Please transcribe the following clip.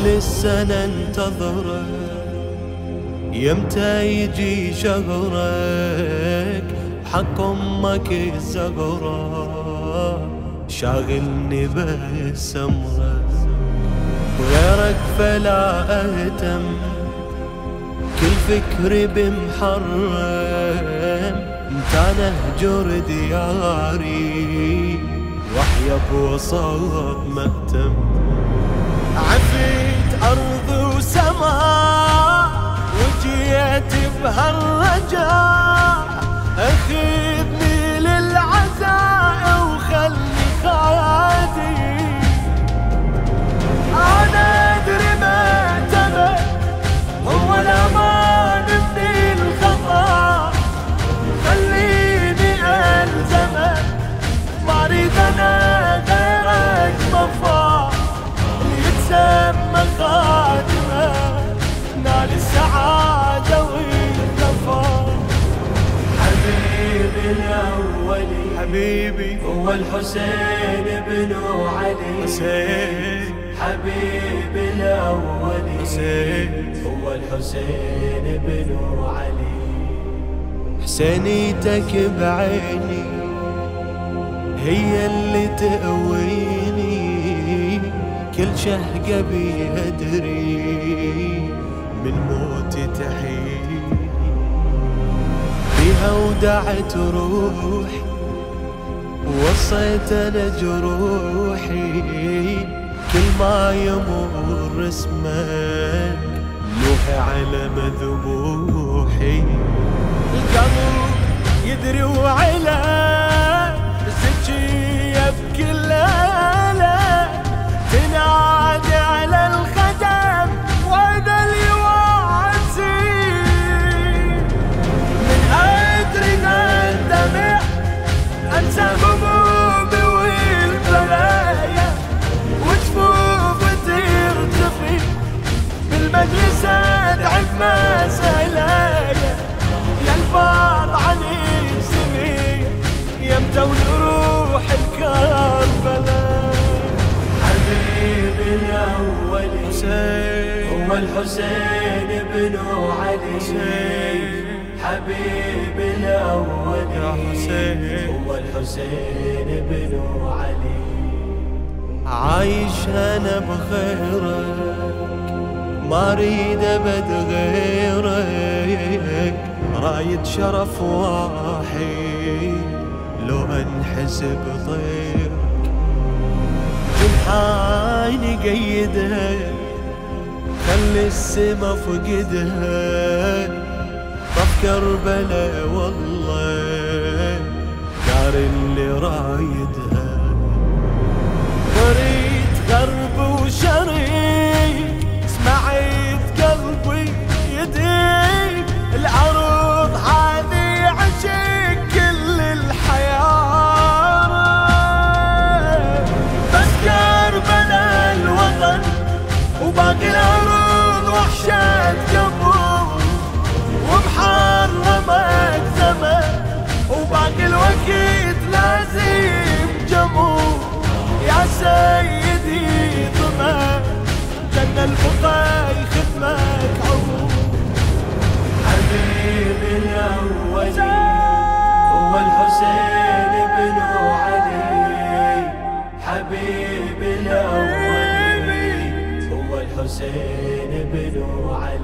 كل السنة انتظرك، يمتى يجي شهرك، بحق امك الزغرة شاغلني بس امرك، غيرك فلا اهتم، كل فكري بمحرم، انت نهجر دياري واحيا بوسط مأتم. عفيت أرض وسماء وجيت بهالرجاء، أخذني للعزاء وخلني خادي، أنا أدري ما تبع هو الأمان من الخطأ، خليني ألزمك ما أريد أنا غيرك مفا، يتسمى خادمة نال السعادة والظفر. حبيبي الأولي حبيبي هو الحسين بن علي، حسين حبيبي الأولي حسين هو الحسين بن علي. حسينيتك بعيني هي اللي تقويني، كل شهقة بيها أدري من موتي تحيني، بيها ودعت روحي ووصيت أنا جروحي، كل ما يمر اسمك لوحي على مذبوحي، القلب يدري وعلا زكية بكل آلة، تنادي على الخدم وانا اليواسي، من أدري الدمع أنسى همومي والبلايا، وجفوف ترتفي بالمجلس أدعك مسالايا، يا الفار عن السنين يمتى ونروح الكربلاء. حبيبي الأولي حسين هو الحسين بن علي، حبيبي الأولي يا حسين هو الحسين بن علي. عايش أنا بخيرك ما أريد أبد غيرك، رايد شرف واحد لو أنحسب طيرك، جنحاني قيدها خلي السما فقدها، طف كربلا والله دار اللي رايدها، وريت غرب وشريك سمعت قلبي يديك، العروض هذه عشق كل الحياة، بس كربلا الوطن وباقي الأرض وحشة قبور، ومحرمك زمن وباقي الوقت لازم جمهور، يا سيدي ضمن جنة البقاء يخدمك عمر. حبيبي الأولي هو الحسين بن علي، حبيبي الأولي هو الحسين بن علي.